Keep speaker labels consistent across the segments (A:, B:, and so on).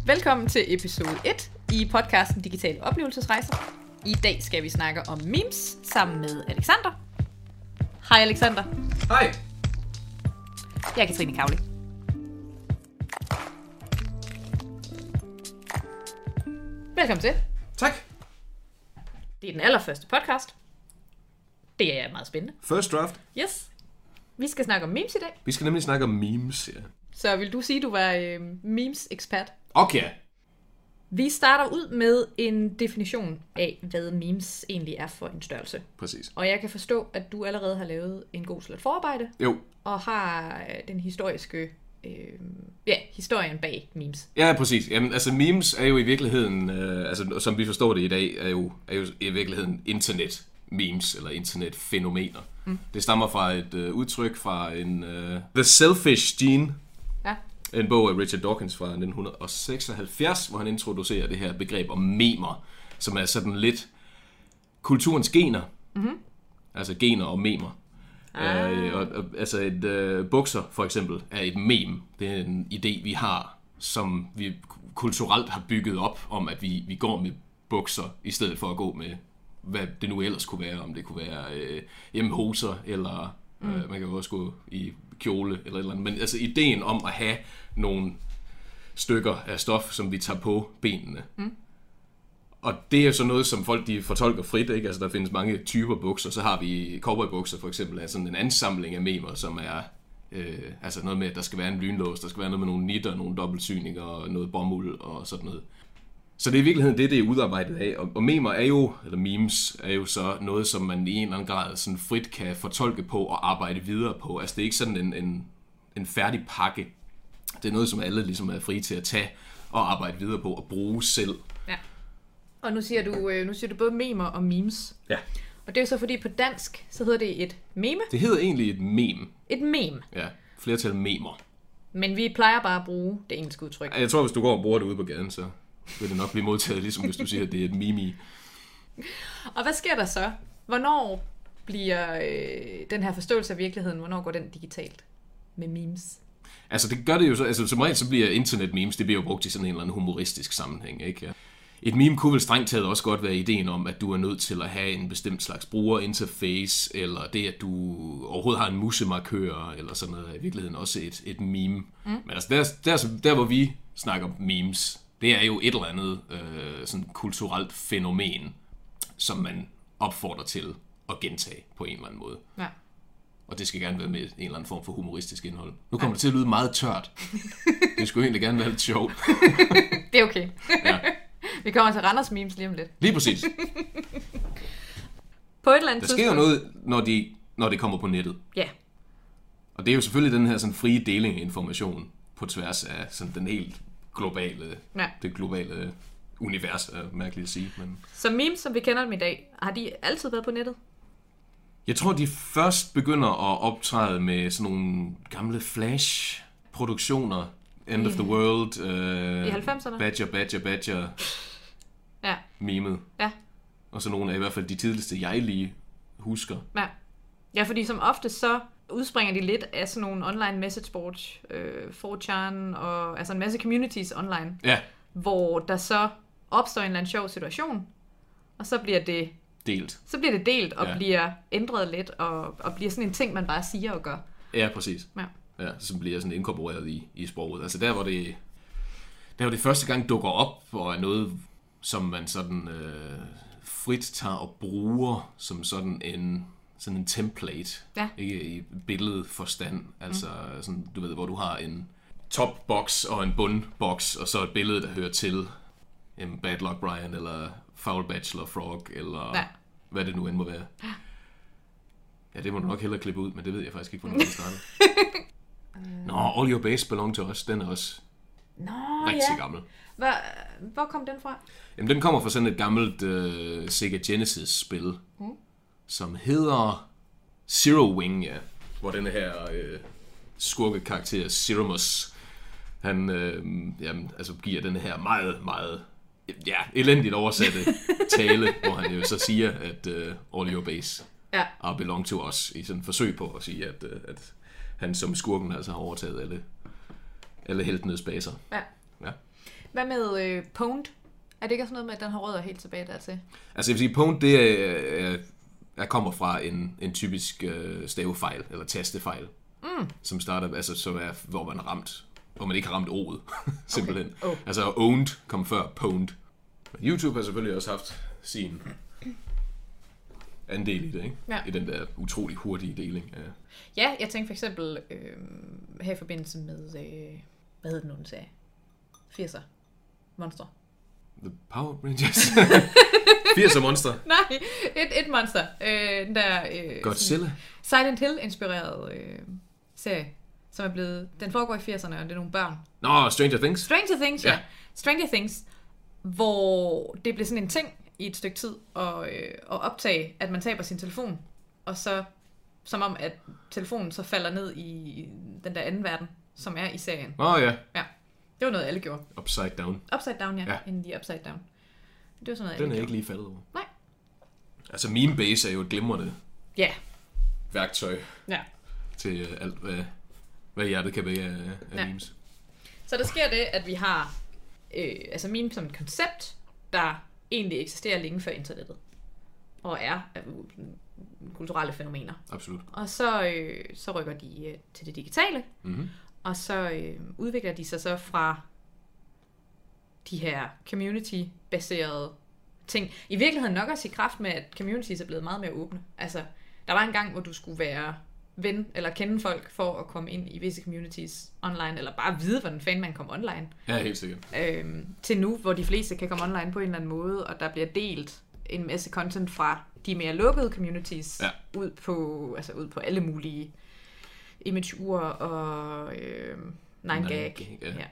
A: Velkommen til episode 1 i podcasten Digitale Oplevelsesrejser. I dag skal vi snakke om memes sammen med Alexander. Hej Alexander.
B: Hej.
A: Jeg er Katrine Kavli. Velkommen til.
B: Tak.
A: Det er den allerførste podcast. Det er meget spændende.
B: First draft.
A: Yes. Vi skal snakke om memes i dag.
B: Vi skal nemlig snakke om memes, ja.
A: Så vil du sige, at du var memes-ekspert?
B: Okay.
A: Vi starter ud med en definition af, hvad memes egentlig er for en størrelse.
B: Præcis.
A: Og jeg kan forstå, at du allerede har lavet en god slat forarbejde.
B: Jo.
A: Og har den historiske, historien bag memes.
B: Ja, præcis. Jamen, altså memes er jo i virkeligheden, som vi forstår det i dag, er jo i virkeligheden internet memes, eller internetfænomener. Det stammer fra et udtryk fra en The Selfish Gene.
A: Ja.
B: En bog af Richard Dawkins fra 1976, hvor han introducerer det her begreb om memer, som er sådan lidt kulturens gener. Mm-hmm. Altså gener og memer. Altså et bukser for eksempel er et meme. Det er en idé vi har, som vi kulturelt har bygget op om, at vi går med bukser i stedet for at gå med hvad det nu ellers kunne være. Om det kunne være hjemmehoser, eller man kan jo også gå i kjole eller et eller andet. Men altså ideen om at have nogle stykker af stof, som vi tager på benene. Og det er jo sådan noget, som folk de fortolker frit, ikke? Altså der findes mange typer bukser. Så har vi cowboybukser for eksempel, altså en ansamling af memer, som er altså noget med, at der skal være en lynlås, der skal være noget med nogle nitter, nogle dobbeltsyninger og noget bomuld og sådan noget. Så det er i virkeligheden det er udarbejdet af. Og memer er jo, eller memes er jo så noget, som man i en eller anden grad sådan frit kan fortolke på og arbejde videre på. Altså det er ikke sådan en færdig pakke. Det er noget, som alle ligesom er frie til at tage og arbejde videre på og bruge selv.
A: Ja. Og nu siger du både memer og memes.
B: Ja.
A: Og det er jo så fordi på dansk, så hedder det et meme.
B: Det hedder egentlig et meme.
A: Et meme.
B: Ja, flertal memer.
A: Men vi plejer bare at bruge det engelske udtryk.
B: Jeg tror, hvis du går og bruger det ude på gaden, så vil det nok blive modtaget, ligesom hvis du siger, at det er et meme.
A: Og hvad sker der så? Hvornår bliver den her forståelse af virkeligheden, hvornår går den digitalt med memes?
B: Altså det gør det jo så, altså som regel så bliver internet memes, det bliver jo brugt i sådan en eller anden humoristisk sammenhæng, ikke? Et meme kunne vel strengt taget også godt være ideen om, at du er nødt til at have en bestemt slags brugerinterface, eller det, at du overhovedet har en musemarkør, eller sådan noget, er i virkeligheden også et meme. Men altså der hvor vi snakker memes, det er jo et eller andet sådan kulturelt fænomen, som man opfordrer til at gentage på en eller anden måde. Ja. Og det skal gerne være med en eller anden form for humoristisk indhold. Nu kommer det til at lyde meget tørt. Det skulle egentlig gerne være lidt sjovt.
A: Det er okay. Ja. Vi kommer til Randers memes lige om lidt.
B: Lige præcis.
A: På et eller andet
B: der sker jo noget, når det kommer på nettet.
A: Ja.
B: Og det er jo selvfølgelig den her sådan frie deling af information på tværs af sådan den helt globale, det globale univers, er mærkeligt at sige. Men
A: så memes, som vi kender dem i dag, har de altid været på nettet?
B: Jeg tror, de først begynder at optræde med sådan nogle gamle Flash-produktioner. End of the World.
A: I 90'erne?
B: Badger.
A: Ja.
B: Memet.
A: Ja. Og så nogle af i hvert fald de tidligste, jeg lige husker. Ja. Ja, fordi som ofte så udspringer de lidt af sådan nogle online message boards, 4chan og altså en masse communities online.
B: Ja.
A: Hvor der så opstår en eller anden sjov situation, og så bliver det
B: delt.
A: Og bliver ændret lidt, og bliver sådan en ting, man bare siger og gør.
B: Ja, præcis. Ja, som bliver sådan inkorporeret i sproget. Altså der hvor det første gang dukker op, og er noget, som man sådan frit tager og bruger som sådan en template. Ja. Ikke i billedforstand. Altså sådan, du ved, hvor du har en topbox og en bundbox, og så et billede, der hører til en Bad Luck Brian, eller Foul Bachelor Frog, eller hvad det nu end må være. Ja, det må du nok hellere klippe ud, men det ved jeg faktisk ikke, hvornår det startede. All Your Base Belong to Us, den er også rigtig gammel.
A: Hvor kom den fra?
B: Jamen, den kommer fra sådan et gammelt Sega Genesis-spil, som hedder Zero Wing, ja. Hvor den her skurkekarakter, Zeromus, han giver den her meget, meget elendigt oversatte tale, hvor han jo så siger, at All Your Base are belong to us, i sådan et forsøg på at sige, at han som skurken altså har overtaget alle heltenes baser. Ja. Ja.
A: Hvad med Pwned? Er det ikke også noget med, at den har rødder helt tilbage dertil?
B: Altså jeg vil sige, Pwned, det kommer fra en typisk stavefejl, eller tastefejl, som starter, altså så er, hvor man ikke har ramt ordet, simpelthen. Okay. Oh. Altså owned kom før Pwned. YouTube har selvfølgelig også haft sin andel i det, ikke? Ja. I den der utrolig hurtige deling.
A: Ja, jeg tænkte for eksempel her i forbindelse med, hvad hed den nu, den sagde? 80'er Monster.
B: The Power Rangers. 80'er Monster.
A: Nej, et monster. Den der
B: Godzilla.
A: Silent Hill-inspireret serie, som er blevet... Den foregår i 80'erne, og det er nogle børn.
B: Nå, Stranger Things.
A: Stranger Things, ja. Stranger Things, hvor det blev sådan en ting i et stykke tid at optage, at man taber sin telefon, og så som om, at telefonen så falder ned i den der anden verden, som er i serien.
B: Ja.
A: Ja. Det var noget, alle gjorde.
B: Upside Down.
A: Upside Down, ja. In the Upside Down. Det var sådan noget,
B: den er ikke lige faldet over.
A: Nej.
B: Altså, meme base er jo et glimrende værktøj til alt, hvad hjertet kan være af memes.
A: Så der sker det, at vi har altså meme som et koncept, der egentlig eksisterer længe før internettet, og er kulturelle fænomener.
B: Absolut.
A: Og så rykker de til det digitale, og så udvikler de sig så fra de her community-baserede ting. I virkeligheden nok også i kraft med, at communities er blevet meget mere åbne. Altså, der var en gang, hvor du skulle være ven eller kende folk for at komme ind i visse communities online, eller bare vide, hvordan fanden man kom online.
B: Ja, helt sikkert.
A: Til nu, hvor de fleste kan komme online på en eller anden måde, og der bliver delt en masse content fra de mere lukkede communities ud på alle mulige image-ure og 9gag. Ja.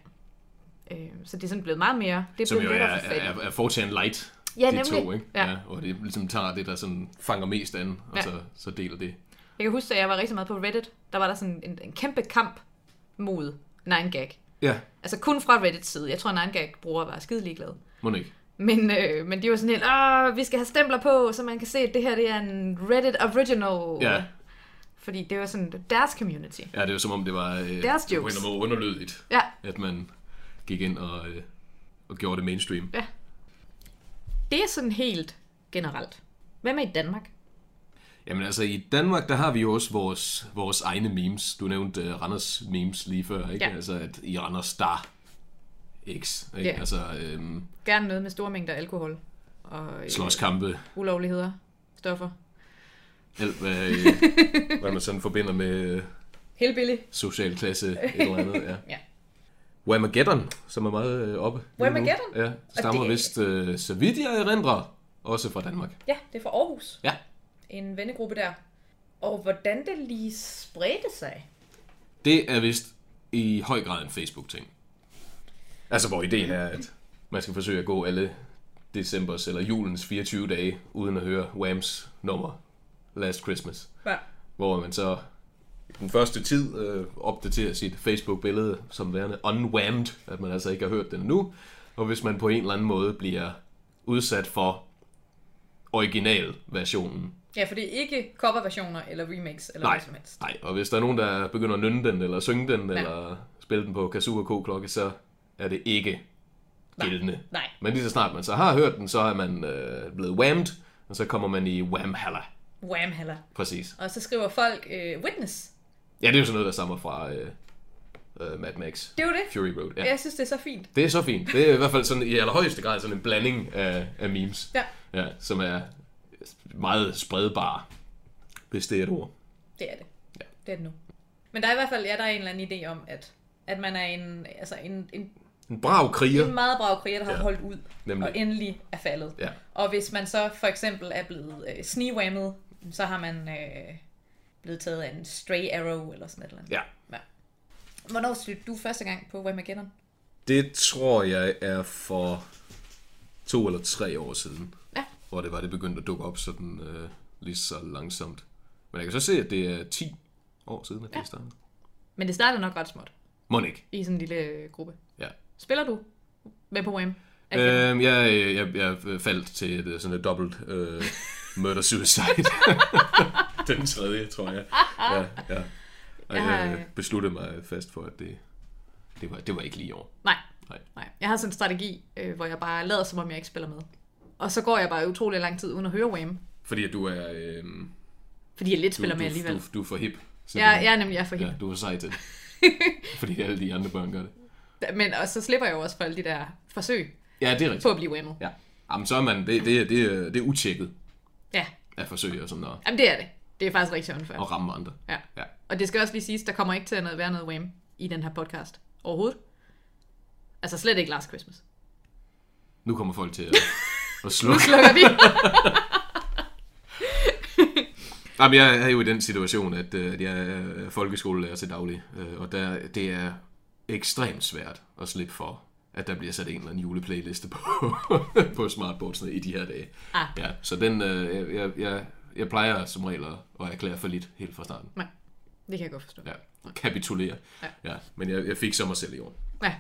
A: Så det er sådan blevet meget mere... Det er
B: som
A: blevet
B: jo er 4chan Lite,
A: ja,
B: de to, ikke? Ja. Og det ligesom tager det, der sådan fanger mest an, og så deler det.
A: Jeg kan huske, at jeg var rigtig meget på Reddit. Der var der sådan en kæmpe kamp mod 9gag.
B: Ja.
A: Altså kun fra Reddits side. Jeg tror, 9gag-brugere var skide ligeglade.
B: Må ikke.
A: Men de var sådan helt, vi skal have stempler på, så man kan se, at det her det er en Reddit original. Ja. Fordi det var sådan deres community.
B: Ja, det var som om det var
A: deres jokes.
B: På en måde underlydigt, at man gik ind og gjorde det mainstream. Ja.
A: Det er sådan helt generelt. Hvad med i Danmark?
B: Jamen altså, i Danmark, der har vi jo også vores egne memes. Du nævnte Randers memes lige før, ikke? Ja. Altså, at i Randers, der X, ikke? Ja. Altså,
A: gerne noget med store mængder alkohol. Og
B: slåskampe.
A: Ulovligheder. Stoffer.
B: Alt, hvad man sådan forbinder med
A: Hillbilly.
B: Social klasse, et eller andet, ja. Whamageddon, som er meget oppe.
A: Whamageddon?
B: Ja, stammer vist, så vidt jeg erindrer, også fra Danmark.
A: Ja, det er fra Aarhus.
B: Ja.
A: En vennegruppe der. Og hvordan det lige spredte sig?
B: Det er vist i høj grad en Facebook-ting. Altså, hvor ideen er, at man skal forsøge at gå alle decembers eller julens 24 dage, uden at høre Whams nummer Last Christmas. Ja. Hvor man så den første tid opdaterer sit Facebook-billede som værende unwhammed, at man altså ikke har hørt den endnu. Og hvis man på en eller anden måde bliver udsat for originalversionen.
A: Ja, for det er ikke coverversioner eller remakes eller hvad som helst.
B: Nej, og hvis der er nogen, der begynder at nynne den, eller synge den, eller spille den på kazoo og k-klokke, så er det ikke gældende.
A: Nej.
B: Men lige så snart man så har hørt den, så er man blevet whammed, og så kommer man i whamhalla.
A: Whamhalla.
B: Præcis.
A: Og så skriver folk witness.
B: Ja, det er jo sådan noget, der stammer fra Mad Max.
A: Det er jo det.
B: Fury Road. Ja.
A: Jeg synes, det er så fint.
B: Det er så fint. Det er i hvert fald sådan i allerhøjeste grad sådan en blanding af memes. Ja, som er meget spredbare, hvis det er et ord.
A: Det er det. Ja. Det er det nu. Men der er i hvert fald, der er en eller anden idé om, at man er
B: en brav kriger.
A: En meget brav kriger, der har holdt ud,
B: nemlig.
A: Og endelig er faldet.
B: Ja.
A: Og hvis man så for eksempel er blevet snigwhammet, så har man blevet taget af en stray arrow, eller sådan et eller andet. Ja. Hvornår stødte du første gang på Whamageddon?
B: Det tror jeg er for 2 eller 3 år siden. Ja. Hvor det begyndte at dukke op sådan lige så langsomt. Men jeg kan så se, at det er 10 år siden, at det startede.
A: Men det startede nok ret småt.
B: Må ikke.
A: I sådan en lille gruppe.
B: Ja.
A: Spiller du med på Wham?
B: Jeg faldt til sådan et dobbelt murder-suicide. Den tredje, tror jeg. Ja. Og jeg besluttede mig fast for, at det var ikke lige i år.
A: Nej, Nej. Jeg har sådan en strategi, hvor jeg bare lader, som om jeg ikke spiller med. Og så går jeg bare utrolig lang tid uden at høre Wham.
B: Fordi at du er...
A: Fordi jeg lidt spiller med alligevel.
B: Du er for hip.
A: Jeg er for hip.
B: Ja, du er sej til det. Fordi alle de andre børn gør det.
A: Men og så slipper jeg jo også for alle de der forsøg.
B: Ja, det er rigtigt.
A: På at blive Wham'et.
B: Ja. Jamen, så er man... Det er utjekket.
A: Ja.
B: At forsøge og sådan noget.
A: Jamen, det er det. Det er faktisk rigtig unfair.
B: Og ramme andre.
A: Ja. Og det skal også lige siges, der kommer ikke til at være noget Wham i den her podcast. Overhovedet. Altså slet ikke Last Christmas.
B: Nu kommer folk til at slukke.
A: Nu slukker de.
B: Jamen, jeg er jo i den situation, at jeg er folkeskolelærer til daglig. Og det er ekstremt svært at slippe for, at der bliver sat en eller anden juleplayliste på smartboardsene i de her dage. Ja, så den, jeg plejer som regel at erklære for lidt helt fra starten.
A: Nej, det kan jeg godt forstå.
B: Ja, kapitulere. Ja, men jeg fik så mig selv i år.
A: Ja.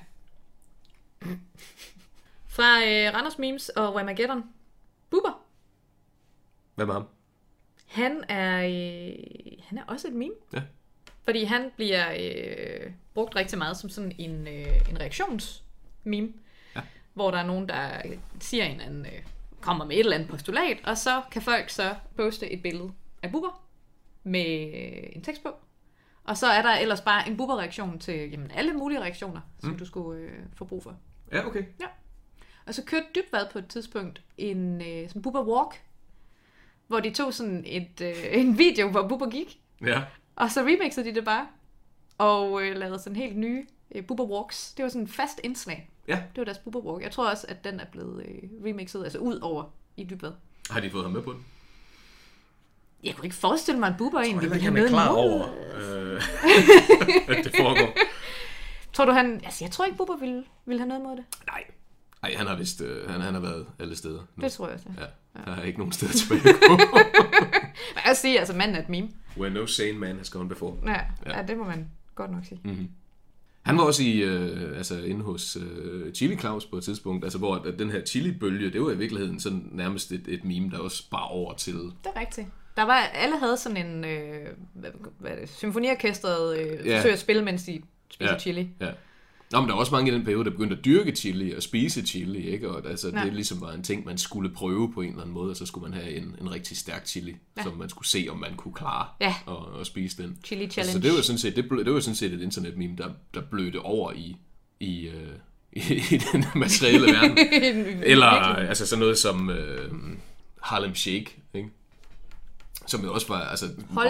A: Fra Randers Memes og Whamageddon. Bubber.
B: Hvad med ham?
A: Han er også et meme.
B: Ja.
A: Fordi han bliver brugt rigtig meget som sådan en reaktionsmeme. Ja. Hvor der er nogen, der siger en anden, kommer med et eller andet postulat, og så kan folk så poste et billede af Bubber med en tekst på. Og så er der ellers bare en Bubber-reaktion til alle mulige reaktioner, som du skulle få brug for.
B: Ja, okay.
A: Ja. Og så kørte Dybvad på et tidspunkt en sådan Bubber Walk, hvor de tog sådan en video, hvor Bubber gik.
B: Ja.
A: Og så remixede de det bare, og lavede sådan helt nye Bubber Walks. Det var sådan en fast indslag.
B: Ja.
A: Det var deres Bubber Walk. Jeg tror også, at den er blevet remixet, altså ud over i Dybvad.
B: Har de fået ham med på den?
A: Jeg kunne ikke forestille mig, at Bubber egentlig
B: ville have med klar over, at det foregår.
A: Tror du, jeg tror ikke, Bubber ville have noget mod det.
B: Nej, han har vist, han har været alle steder nu.
A: Det tror jeg også.
B: Ja. Der er ikke nogen steder tilbage at gå.
A: Jeg vil sige, altså manden er et meme.
B: Where no sane man has gone before.
A: Ja, det må man godt nok sige.
B: Mm-hmm. Han var også inde hos Chili Claus på et tidspunkt, altså hvor den her chili-bølge, det var i virkeligheden sådan nærmest et meme, der også bar over til... Det
A: er rigtigt. Alle havde sådan en symfoniorkestret forsøg at spille, mens de spiser chili.
B: Ja. Nå, men der var også mange i den periode, der begyndte at dyrke chili og spise chili, ikke? Og altså, det ligesom var en ting, man skulle prøve på en eller anden måde, og så skulle man have en rigtig stærk chili, som man skulle se, om man kunne klare at spise den.
A: Chili challenge.
B: Så det var sådan set et internet-meme, der blødte over i den materielle verden. Eller altså sådan noget som Harlem Shake, ikke? Som jo også var altså,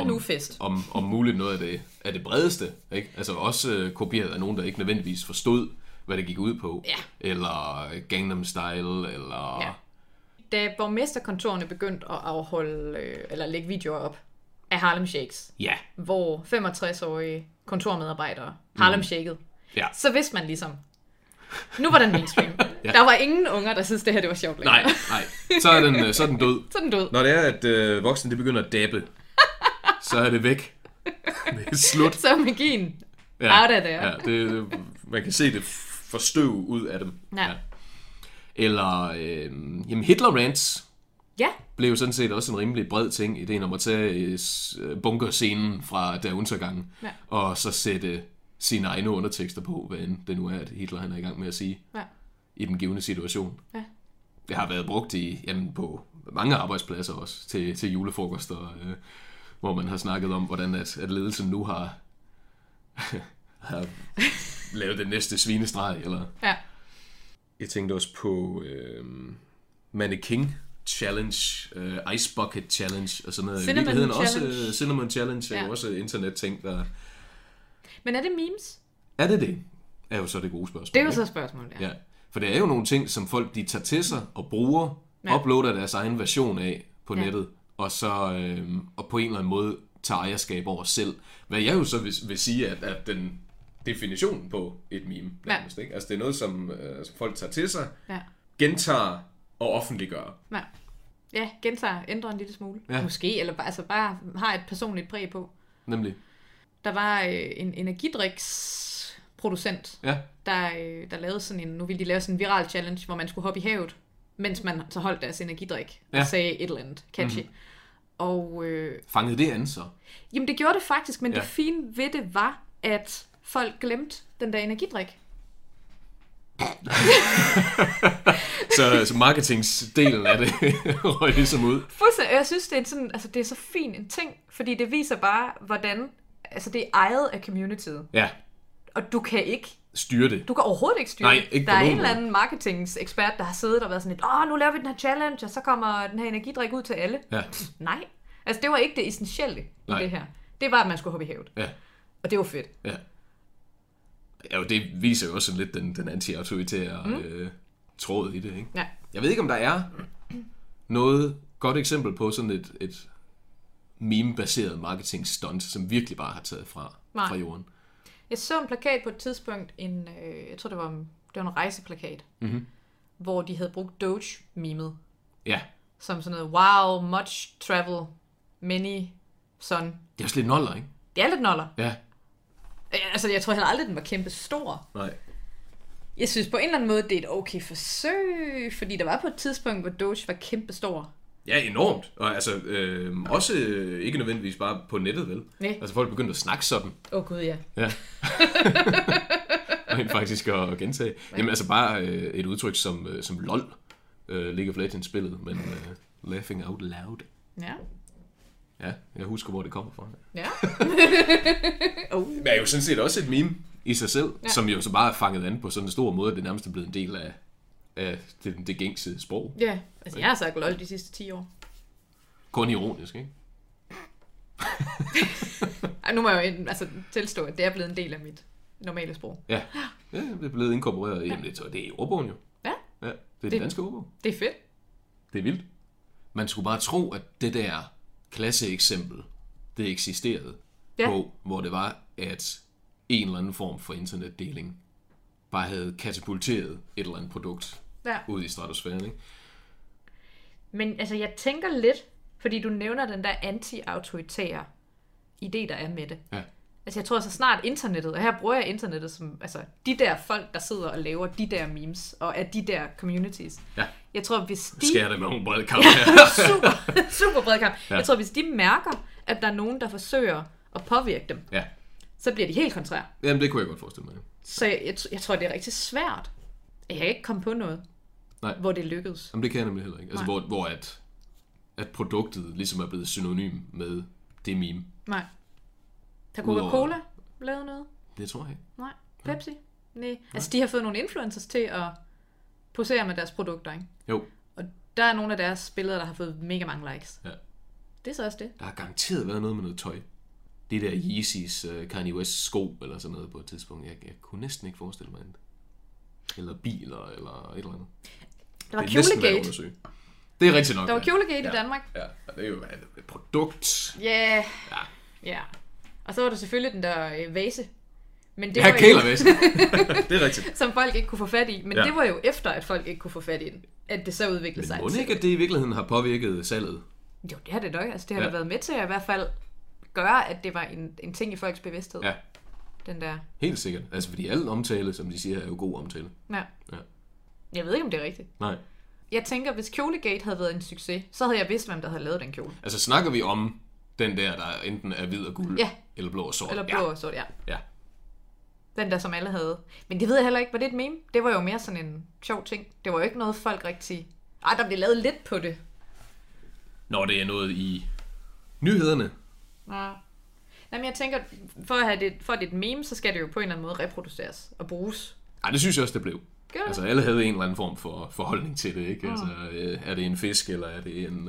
B: om muligt noget af det bredeste, ikke? Altså også kopieret af nogen, der ikke nødvendigvis forstod, hvad det gik ud på.
A: Ja.
B: Eller Gangnam Style, eller...
A: Ja. Da borgmesterkontorene begyndte at afholde, eller lægge videoer op af Harlem Shakes, hvor 65-årige kontormedarbejdere Harlem Shaked, så vidste man ligesom, nu var den mainstream. Der var ingen unger, der synes det her det var sjovt længere.
B: Nej. Så er den død.
A: Så er den død.
B: Når det er, at voksne de begynder at dabbe, så er det væk. Det er slut.
A: Så er magien out af det.
B: Ja, man kan se det forstøv ud af dem.
A: Ja.
B: Eller Hitler Rants blev sådan set også en rimelig bred ting, ideen om at tage bunkerscenen fra Der Untergang, og så sætte sine egne undertekster på, hvad end det nu er, at Hitler han er i gang med at sige i den givne situation. Ja. Det har været brugt på mange arbejdspladser også til julefrokoster, hvor man har snakket om, hvordan at ledelsen nu har lavet den næste svinestreg. Eller... Ja. Jeg tænkte også på Mannequin Challenge, Ice Bucket Challenge og sådan noget.
A: Cinnamon Challenge.
B: Også Cinnamon Challenge er jo også internet-ting, der...
A: Men er det memes?
B: Er det? Er jo så det gode spørgsmål.
A: Det er jo så spørgsmålet,
B: ja. For det er jo nogle ting, som folk de tager til sig og bruger, uploader deres egen version af på nettet, og så og på en eller anden måde tager ejerskab over selv. Hvad jeg jo så vil sige, at den definitionen på et meme, nærmest, ikke? Altså det er noget, som folk tager til sig, gentager og offentliggør.
A: Ja, gentager, ændrer en lille smule. Ja. Måske, eller bare har et personligt præg på.
B: Nemlig.
A: Der var en energidriksproducent, der lavede sådan en, nu ville de lave sådan en viral challenge, hvor man skulle hoppe i havet, mens man så holdt deres energidrik og sagde et eller andet catchy. Mm-hmm. Og,
B: fangede det an så?
A: Jamen det gjorde det faktisk, men det fine ved det var, at folk glemte den der energidrik.
B: så marketingsdelen af det røg ligesom ud.
A: Fuldstændig. Jeg synes, det er, sådan, altså, det er så fin en ting, fordi det viser bare, hvordan altså, det er ejet af communityet.
B: Ja.
A: Og du kan ikke
B: styre det.
A: Du kan overhovedet ikke styre
B: det.
A: Der er en eller anden marketingsekspert, der har siddet og været sådan lidt, nu laver vi den her challenge, og så kommer den her energidrik ud til alle.
B: Ja.
A: Nej. Altså, det var ikke det essentielle i det her. Det var, at man skulle hoppe i havet.
B: Ja.
A: Og det var fedt.
B: Ja. Ja, det viser jo også sådan lidt den anti-autoritære tråd i det, ikke?
A: Ja.
B: Jeg ved ikke, om der er noget godt eksempel på sådan et meme-baseret marketing-stunt, som virkelig bare har taget fra jorden.
A: Jeg så en plakat på et tidspunkt, jeg tror det var en rejseplakat, hvor de havde brugt Doge-memet.
B: Ja.
A: Som sådan noget, wow, much travel, many sun.
B: Det er også lidt noller, ikke?
A: Det er lidt noller.
B: Ja.
A: Altså, jeg tror heller aldrig, den var kæmpe stor.
B: Nej.
A: Jeg synes på en eller anden måde, det er et okay forsøg, fordi der var på et tidspunkt, hvor Doge var kæmpe stor.
B: Ja, enormt. Og altså, også ikke nødvendigvis bare på nettet, vel?
A: Nej.
B: Altså, folk begyndte at snakke sådan.
A: Gud, ja.
B: Ja. Og faktisk at gentage. Ja. Jamen, altså bare et udtryk som LOL, League of Legends-spillet, men laughing out loud.
A: Ja.
B: Ja, jeg husker, hvor det kommer fra.
A: Ja.
B: Men er jo sådan set også et meme i sig selv, som jo så bare er fanget an på sådan en stor måde, at det nærmest er blevet en del af det gængse sprog.
A: Ja, altså jeg har sagt LOL de sidste 10 år.
B: Kun ironisk, ikke?
A: Nu må jeg jo tilstå, at det er blevet en del af mit normale sprog.
B: Ja, det er blevet inkorporeret. Jamen, det er i ordbogen jo.
A: Ja.
B: Det er den danske ordbog.
A: Det er fedt.
B: Det er vildt. Man skulle bare tro, at det der klasseeksempel, det eksisterede på, hvor det var, at en eller anden form for internetdeling bare havde katapulteret et eller andet produkt ud i stratosfæren, ikke?
A: Men altså, jeg tænker lidt, fordi du nævner den der anti-autoritære idé, der er med det.
B: Ja.
A: Altså, jeg tror så snart internettet, og her bruger jeg internettet som, altså, de der folk, der sidder og laver de der memes, og er de der communities.
B: Ja.
A: Jeg tror, hvis de...
B: Skærer det med nogle bredkamp her.
A: super bredkamp. Ja. Jeg tror, hvis de mærker, at der er nogen, der forsøger at påvirke dem, så bliver de helt kontrær.
B: Jamen, det kunne jeg godt forestille mig.
A: Så jeg tror, det er rigtig svært. Jeg kan ikke komme på noget, hvor det lykkedes.
B: Jamen, det kan jeg nemlig heller ikke. Altså, hvor at produktet ligesom er blevet synonym med det meme.
A: Nej. Har Coca-Cola lavet noget?
B: Det tror jeg ikke.
A: Nej. Pepsi? Nej. Altså, de har fået nogle influencers til at posere med deres produkter, ikke?
B: Jo.
A: Og der er nogle af deres billeder, der har fået mega mange likes.
B: Ja.
A: Det er så også det.
B: Der har garanteret været noget med noget tøj. Det der Yeezys Kanye West sko, eller sådan noget på et tidspunkt. Jeg kunne næsten ikke forestille mig andet. Eller biler, eller et eller andet.
A: Der var Kjolegate.
B: Det er rigtigt nok.
A: Der var Kjolegate i Danmark.
B: Ja, det er jo et produkt.
A: Ja. Og så var der selvfølgelig den der vase. Men det
B: var kælervase. Det er rigtigt.
A: Som folk ikke kunne få fat i. Men det var jo efter, at folk ikke kunne få fat i den, at det så udviklede sig.
B: Men må ikke, at det i virkeligheden har påvirket salget?
A: Jo, det har det nok. Altså, det har været med til at i hvert fald gøre, at det var en ting i folks bevidsthed.
B: Ja.
A: Den der.
B: Helt sikkert. Altså, fordi alle omtale, som de siger, er jo god omtale.
A: Ja. Jeg ved ikke, om det er rigtigt.
B: Nej.
A: Jeg tænker, hvis Kjolegate havde været en succes, så havde jeg vidst, hvem der havde lavet den kjole.
B: Altså, snakker vi om den der enten er hvid og guld, eller blå og sort?
A: Eller blå og sort,
B: ja.
A: Den der, som alle havde. Men det ved jeg heller ikke, var det et meme? Det var jo mere sådan en sjov ting. Det var jo ikke noget, folk rigtig... der blev lavet lidt på det.
B: Når det er noget i nyhederne.
A: Nej, men jeg tænker, for at det er et meme, så skal det jo på en eller anden måde reproduceres og bruges.
B: Det synes jeg også, det blev. Altså, alle havde en eller anden form for forholdning til det, ikke? Altså, er det en fisk, eller er det en...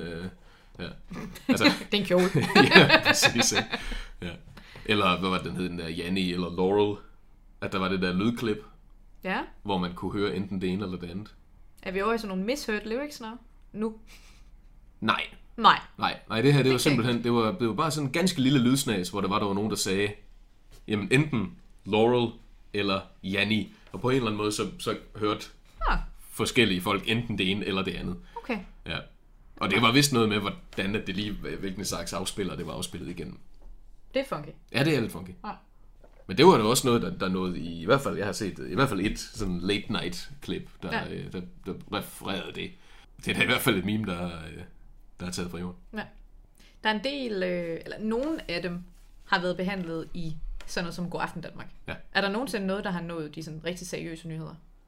B: Altså,
A: det er en kjole.
B: Ja, præcis. Ja. Eller, hvad var den hed, den der Janni eller Laurel? At der var det der lydklip, hvor man kunne høre enten det ene eller det andet.
A: Er vi over i sådan nogle misheard lyrics nu?
B: Nej, det her, det var simpelthen, det var bare sådan en ganske lille lydsnas, hvor der var nogen, der sagde, jamen enten Laurel eller Janni, og på en eller anden måde, så hørte forskellige folk enten det ene eller det andet.
A: Okay.
B: Ja. Og det var vist noget med, hvordan at det lige, hvilken slags afspiller det var afspillet igennem.
A: Det er funky.
B: Ja, det er lidt funky. Ja. Men det var jo også noget, der nåede i hvert fald, jeg har set i hvert fald et sådan late night klip, der refererede det. Det er da i hvert fald et meme, der er taget fra jorden. Ja.
A: Der er en del, eller nogen af dem har været behandlet i sådan noget som God Aften Danmark. Ja. Er der nogensinde noget, der har nået de sådan rigtig seriøse nyheder?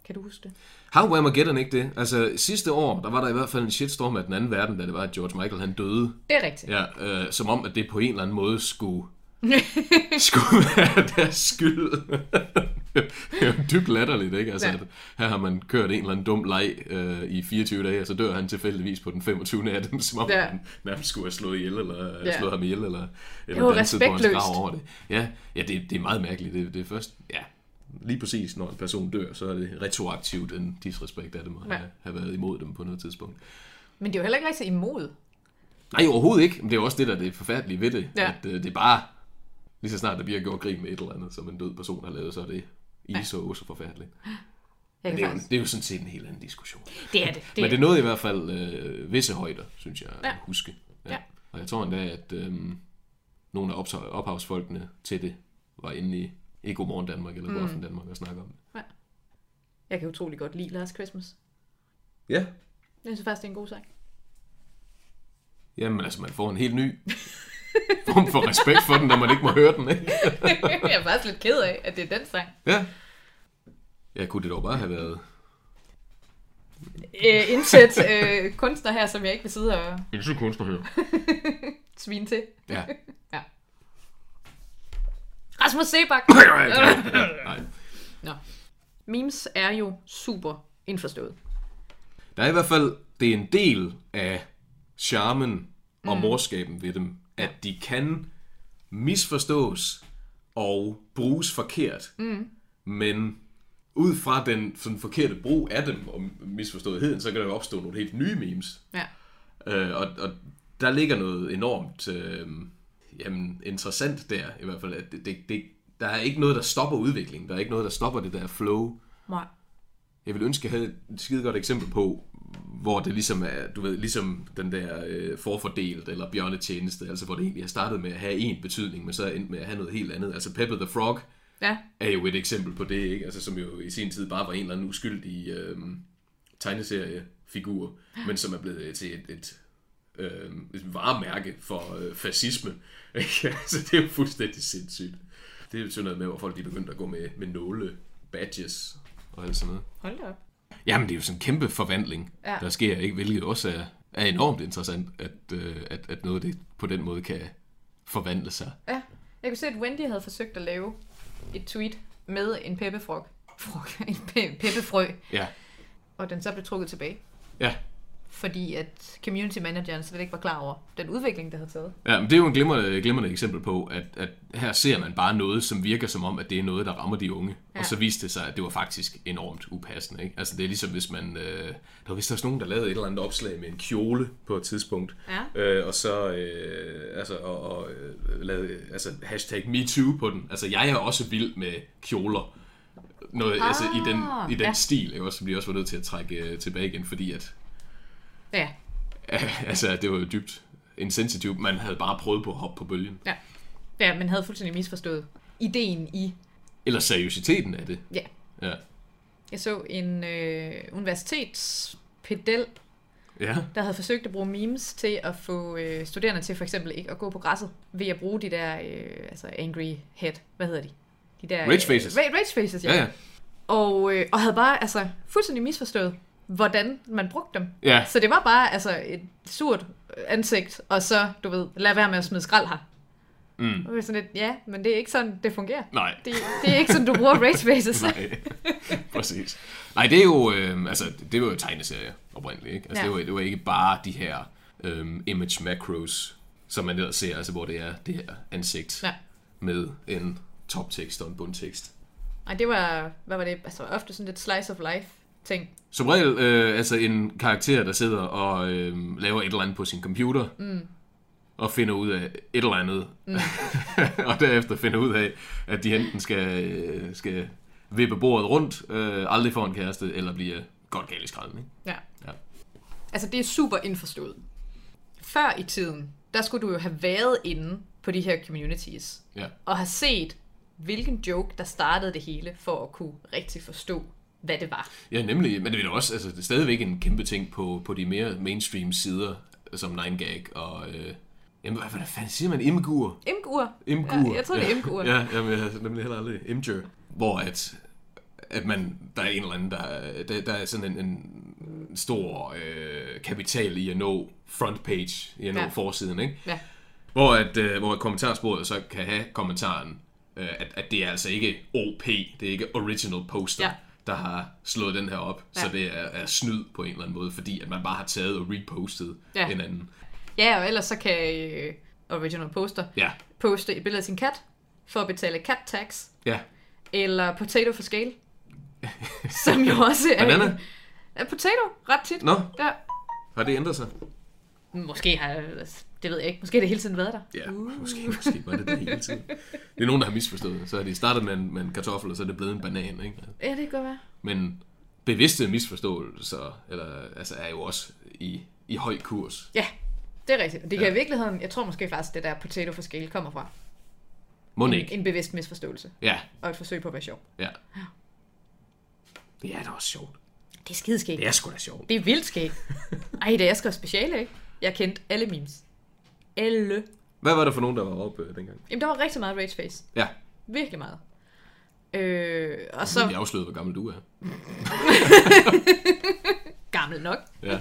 A: Kan du huske det?
B: How Armageddon ikke det? Altså sidste år, der var der i hvert fald en shitstorm af den anden verden, da det var, at George Michael han døde.
A: Det er rigtigt.
B: Ja, som om, at det på en eller anden måde skulle være deres skyld. Det er jo dybt latterligt, ikke? Altså, her har man kørt en eller anden dum leg i 24 dage, og så dør han tilfældigvis på den 25. af dem, som om han nærmest skulle have slået ihjel, eller slået ham ihjel, eller danset på hans grav over det. Ja, det er meget mærkeligt. Det er først, lige præcis, når en person dør, så er det retroaktivt en disrespekt af dem, at have været imod dem på noget tidspunkt.
A: Men det er jo heller ikke rigtig imod.
B: Nej, overhovedet ikke. Men det er jo også det, der er det forfærdelige ved det. Ja. At det er bare, lige så snart der bliver gjort grin med et eller andet, som en død person har lavet, så er det så forfærdeligt. Men det er jo sådan set en helt anden diskussion.
A: Det er det.
B: Men det er noget i hvert fald visse højder, synes jeg, at huske. Ja. Og jeg tror endda, at nogle af ophavsfolkene til det var inde i Godmorgen Danmark, eller Godaften Danmark, og snakke om det. Ja.
A: Jeg kan utrolig godt lide Last Christmas.
B: Ja.
A: Jeg synes faktisk, det er en god sang.
B: Jamen altså, man får en helt ny form for respekt for den, når man ikke må høre den, ikke?
A: Jeg er faktisk lidt ked af, at det er den sang.
B: Ja. Ja, kunne det dog bare have været...
A: Indsæt kunstner her, som jeg ikke vil sidde og...
B: Indsæt kunstner her.
A: Svin til.
B: Ja.
A: Ja. Rasmus Sebak!
B: Nej.
A: Nå. Memes er jo super indforstået.
B: Der er i hvert fald, det er en del af charmen og morskaben ved dem, at de kan misforstås og bruges forkert. Men ud fra den sådan forkerte brug af dem og misforståetheden, så kan der jo opstå nogle helt nye memes.
A: Ja.
B: Og der ligger noget enormt interessant der, i hvert fald. At der er ikke noget, der stopper udviklingen. Der er ikke noget, der stopper det der flow.
A: Nej.
B: Jeg vil ønske, at jeg havde et skide godt eksempel på, hvor det ligesom er, du ved, ligesom den der forfordelt eller bjørnetjeneste, altså hvor det egentlig har startet med at have en betydning, men så er endt med at have noget helt andet. Altså Peppa the Frog er jo et eksempel på det, ikke? Altså som jo i sin tid bare var en eller anden uskyldig tegneseriefigur, men som er blevet til et varemærke for fascisme. Altså det er jo fuldstændig sindssygt. Det er jo sådan noget med, hvor folk de begyndte at gå med nåle, badges og alt sådan noget.
A: Hold da op.
B: Jamen, det er jo sådan en kæmpe forvandling, der sker, ikke? Hvilket også er enormt interessant, at noget af det på den måde kan forvandle sig.
A: Ja, jeg kunne se, at Wendy havde forsøgt at lave et tweet med en peppefrø. En peppefrø.
B: Ja.
A: Og den så blev trukket tilbage.
B: Ja.
A: Fordi at community manageren slet ikke var klar over den udvikling, der havde taget.
B: Ja, men det er jo en glimrende eksempel på, at her ser man bare noget, som virker som om, at det er noget, der rammer de unge. Ja. Og så viste det sig, at det var faktisk enormt upassende. Ikke? Altså det er ligesom, hvis man... der var vist også nogen, der lavede et eller andet opslag med en kjole på et tidspunkt. Ja. Og så lavede hashtag MeToo på den. Altså jeg er også vild med kjoler. Noget, altså i den stil, ikke? Som de også var nødt til at trække tilbage igen, fordi at...
A: Ja.
B: Altså, det var jo dybt insensitivt. Man havde bare prøvet på at hoppe på bølgen.
A: Ja. Ja, man havde fuldstændig misforstået ideen i...
B: Eller seriøsiteten af det.
A: Ja. Jeg så en universitetspedel, der havde forsøgt at bruge memes til at få studerende til for eksempel ikke at gå på græsset, ved at bruge de der angry head. Hvad hedder de? De der...
B: Rage faces.
A: Rage faces, ja. Og havde bare fuldstændig misforstået, hvordan man brugte dem.
B: Ja.
A: Så det var bare et surt ansigt, og så, du ved, lad være med at smide skrald her. Og det er sådan lidt, men det er ikke sådan, det fungerer.
B: Nej.
A: Det er ikke sådan, du bruger rage faces.
B: Nej, præcis. Nej, det er jo, det var jo tegneserier oprindeligt, ikke? Altså, det var ikke bare de her image macros, som man ellers ser, altså hvor det er det her ansigt med en toptekst og en bundtekst.
A: Nej, det var, hvad var det? Altså ofte sådan lidt slice of life ting.
B: Som regel en karakter, der sidder og laver et eller andet på sin computer, og finder ud af et eller andet, og derefter finder ud af, at de enten skal vippe bordet rundt, aldrig får en kæreste, eller bliver godt galt i skralden, ikke? Ja.
A: Altså, det er super indforstået. Før i tiden, der skulle du jo have været inde på de her communities, og have set, hvilken joke, der startede det hele, for at kunne rigtig forstå, hvad det var. Ja,
B: nemlig. Men det er også, det er stadigvæk en kæmpe ting på de mere mainstream sider, som 9gag og... hvad fanden siger man? Imgur?
A: Imgur. Ja, jeg tror, det er Imgur.
B: Ja, jeg har nemlig heller aldrig Imgur. Hvor at der er en eller anden, der er sådan en stor kapital i at nå frontpage, i at nå forsiden, ikke? Ja. Hvor kommentarsporet så kan have kommentaren, at det er altså ikke OP, det er ikke original poster, der har slået den her op, så det er snyd på en eller anden måde, fordi at man bare har taget og repostet en anden.
A: Ja, og ellers så kan original poster poste et billede af sin kat, for at betale cat tax, eller potato for scale, som jo også er... Potato, ret tit.
B: Nå, har det ændret sig?
A: Måske har det ved jeg ikke. Måske har det hele tiden været der.
B: Ja, måske var det der hele tiden. Det er nogen, der har misforstået. Så har de startet med en kartoffel, og så er det blevet en banan, ikke?
A: Ja, det kan godt være.
B: Men bevidste misforståelser er jo også i høj kurs.
A: Ja, det er rigtigt. Det kan i virkeligheden, jeg tror måske faktisk, det der potato for scale kommer fra. En bevidst misforståelse. Ja. Og et forsøg på at være sjov.
B: Ja. Det er da også sjovt.
A: Det er skideskægt.
B: Det er sgu da sjovt.
A: Det er vildt skægt. Ej, det er sgu speciale, ikke? Jeg kendte alle memes. Alle.
B: Hvad var der for nogen, der var oppe dengang?
A: Jamen, der var rigtig meget rageface.
B: Ja.
A: Virkelig meget.
B: Og så... Jeg afslørede, hvor gammel du er.
A: Gammel nok.
B: Ja.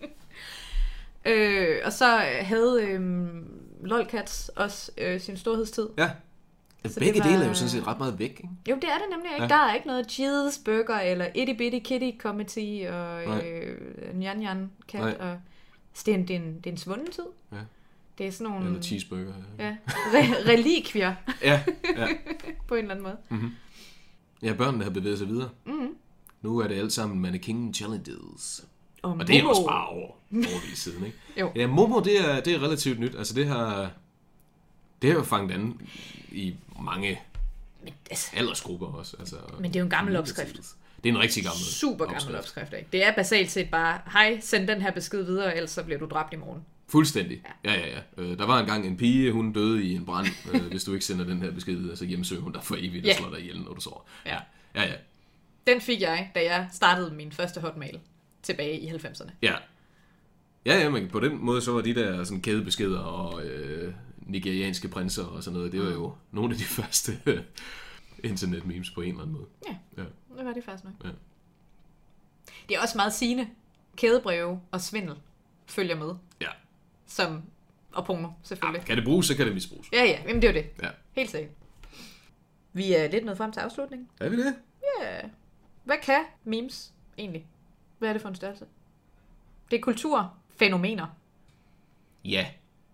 A: Og så havde Lolcats også sin storhedstid.
B: Ja. Begge dele er jo sådan set ret meget væk, ikke?
A: Jo, det er det nemlig ikke. Ja. Der er ikke noget cheeseburger, eller itty bitty kitty comedy, og nyan nyan cat, og det er en svunden tid. Ja. Det er sådan nogle...
B: Eller cheeseburger.
A: Ja, relikvier.
B: ja.
A: På en eller anden måde.
B: Mm-hmm. Ja, børnene har bevæget sig videre. Mm-hmm. Nu er det alt sammen Mannequin Challenges. Og det er også bare overvis siden, ikke?
A: Jo.
B: Ja, Momo, det er relativt nyt. Altså, det har jo fanget an i mange aldersgrupper også. Altså,
A: men det er jo en gammel opskrift.
B: Det er en rigtig gammel
A: super gammel opskrift, ikke? Det er basalt set bare, hej, send den her besked videre, ellers så bliver du dræbt i morgen.
B: Fuldstændig. Ja. Der var engang en pige, hun døde i en brand. Hvis du ikke sender den her besked videre, så hjemsøger hun dig for evigt og slår dig ihjel, når du sover. Ja.
A: Den fik jeg, da jeg startede min første hotmail tilbage i 90'erne.
B: Ja, men på den måde, så var de der sådan kædebeskeder og nigerianske prinser og sådan noget, det var jo nogle af de første internet-memes på en eller anden måde.
A: Ja. Det var det faktisk nok. Ja. Det er også meget sigende. Kædebreve og svindel følger med.
B: Ja.
A: Og porno, selvfølgelig.
B: Kan det bruges, så kan det misbruges.
A: Ja, jamen det er jo det. Ja. Helt sikkert. Vi er lidt nået frem til afslutningen.
B: Er vi det?
A: Ja. Hvad kan memes egentlig? Hvad er det for en størrelse? Det er kulturfænomener.
B: Ja.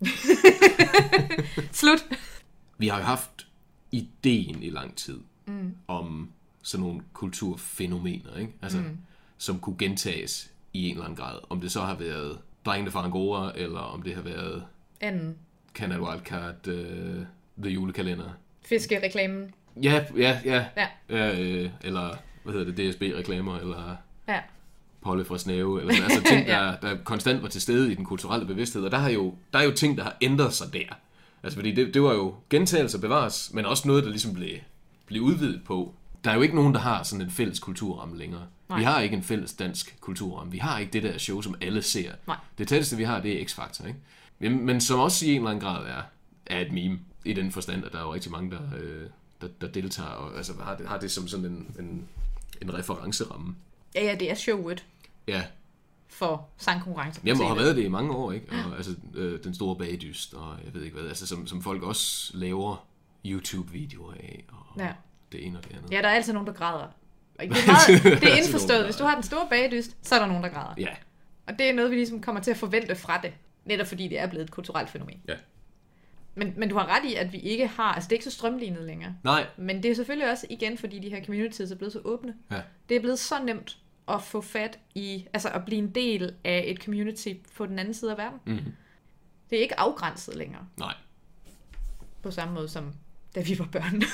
A: Slut.
B: Vi har jo haft ideen i lang tid om sådan nogle kulturfænomener, ikke? Altså, som kunne gentages i en eller anden grad. Om det så har været Drengene fra Angora, eller om det har været Canada Wildcard, The Julekalender.
A: Fiskereklamen.
B: Ja. Eller, hvad hedder det, DSB-reklamer, eller Polle fra Snæve, eller sådan. Altså ting, der konstant var til stede i den kulturelle bevidsthed. Og der er jo ting, der har ændret sig der. Altså, fordi det var jo gentagelser bevares, men også noget, der ligesom blev udvidet på. Der er jo ikke nogen, der har sådan en fælles kulturramme længere. Nej. Vi har ikke en fælles dansk kulturramme. Vi har ikke det der show, som alle ser.
A: Nej.
B: Det tætteste, vi har, det er X-Factor, ikke? Men som også i en eller anden grad er et meme, i den forstand, at der er jo rigtig mange, der deltager, og altså har det som sådan en referenceramme.
A: Ja, det er showet.
B: Ja.
A: For sangkonkurrencer.
B: Jamen, har været det i mange år, ikke? Og altså, den store bagdyst, og jeg ved ikke hvad, altså som folk også laver YouTube-videoer af, og det ene og det andet.
A: Ja, der er altid nogen, der græder. Det er indforstået. Hvis du har den store bagdyst, så er der nogen, der græder.
B: Ja.
A: Og det er noget, vi ligesom kommer til at forvente fra det. Netop fordi det er blevet et kulturelt fænomen.
B: Ja.
A: Men du har ret i, at vi ikke har... Altså, det er ikke så strømlignet længere.
B: Nej.
A: Men det er selvfølgelig også, igen, fordi de her communities er blevet så åbne.
B: Ja.
A: Det er blevet så nemt at få fat i... Altså, at blive en del af et community på den anden side af verden.
B: Mm-hmm.
A: Det er ikke afgrænset længere.
B: Nej.
A: På samme måde som da vi var børn.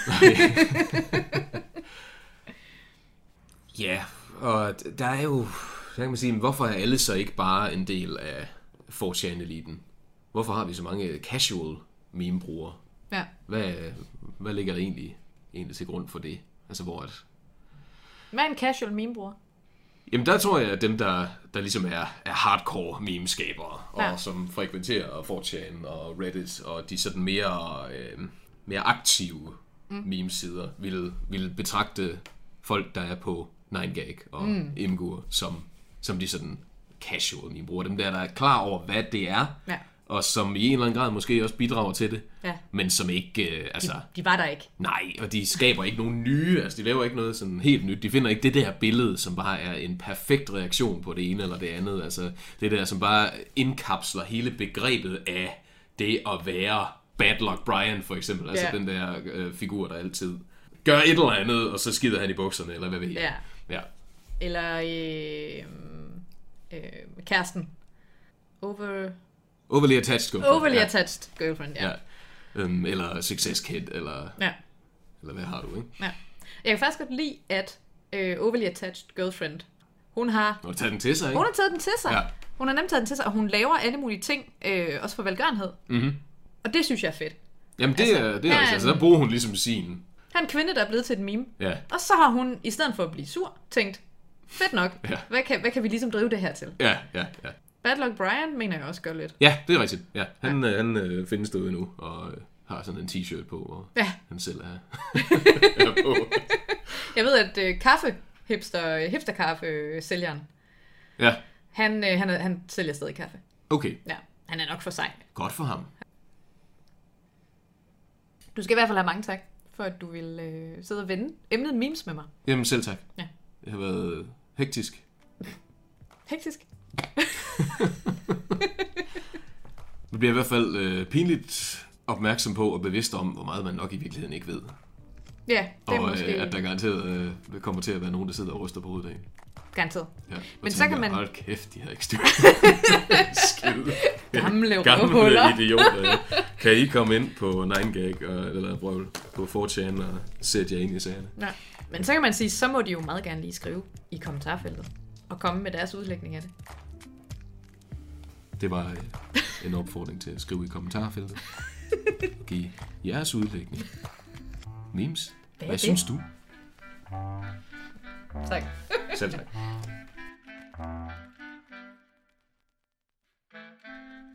B: Ja, og der er jo... Så kan man sige, hvorfor er alle så ikke bare en del af 4chan-eliten? Hvorfor har vi så mange casual meme-brugere?
A: Ja.
B: Hvad ligger der egentlig til grund for det? Altså hvor
A: Hvad er en casual meme-bruger?
B: Jamen der tror jeg, at dem, der ligesom er hardcore memeskabere, og som frekventerer 4chan og Reddit, og de sådan mere aktive memesider, vil betragte folk, der er på 9gag og Imgur, som de sådan casual meme bruger. Dem der er klar over, hvad det er, og som i en eller anden grad måske også bidrager til det, men som ikke...
A: de var der ikke.
B: Nej, og de skaber ikke nogen nye, altså de laver ikke noget sådan helt nyt. De finder ikke det der billede, som bare er en perfekt reaktion på det ene eller det andet. Altså det der, som bare indkapsler hele begrebet af det at være Bad Luck Brian, for eksempel. Altså den der figur, der altid gør et eller andet, og så skider han i bukserne, eller hvad ved jeg. Ja.
A: Eller kæresten.
B: Overly attached girlfriend.
A: Overly attached girlfriend, ja.
B: Eller success kid, eller hvad har du, ikke? Ja.
A: Jeg kan faktisk godt lide, at overly attached girlfriend, hun har
B: taget den til sig, ikke?
A: Hun har taget den til sig. Ja. Hun har nemt taget den til sig, og hun laver alle mulige ting, også for velgørenhed. Mm-hmm. Og det synes jeg er fedt.
B: Jamen det er altså, så bruger hun ligesom sin...
A: Han er en kvinde, der er blevet til et meme. Ja. Og så har hun, i stedet for at blive sur, tænkt, fedt nok, hvad kan vi ligesom drive det her til?
B: Ja.
A: Bad Luck Brian mener jeg også gør lidt.
B: Ja, det er rigtigt. Ja. Han findes derude nu, og har sådan en t-shirt på, og han selv er på.
A: Jeg ved, at hipsterkaffe-sælgeren, han sælger stadig kaffe.
B: Okay.
A: Ja, han er nok for sej.
B: Godt for ham.
A: Du skal i hvert fald have mange tak, for at du vil sidde og vende emnet memes med mig.
B: Jamen selv tak. Ja. Det har været hektisk.
A: Hektisk?
B: Du bliver i hvert fald pinligt opmærksom på og bevidst om, hvor meget man nok i virkeligheden ikke ved.
A: Ja, det er
B: og
A: måske...
B: at der garanteret kommer til at være nogen, der sidder og ryster på hovedet af.
A: Garanteret.
B: Ja,
A: men så kan man...
B: Hold kæft, de har ikke styr.
A: Skide. Gamle
B: idioter. Ja. Kan I komme ind på 9gag eller Brøvl på 4chan og sætte jer ind i sagerne?
A: Ja. Men så kan man sige, så må de jo meget gerne lige skrive i kommentarfeltet og komme med deres udlægning af det.
B: Det var en opfordring til at skrive i kommentarfeltet. Giv jeres udlægning. Memes. Hvad synes du?
A: Tak.
B: Selv tak.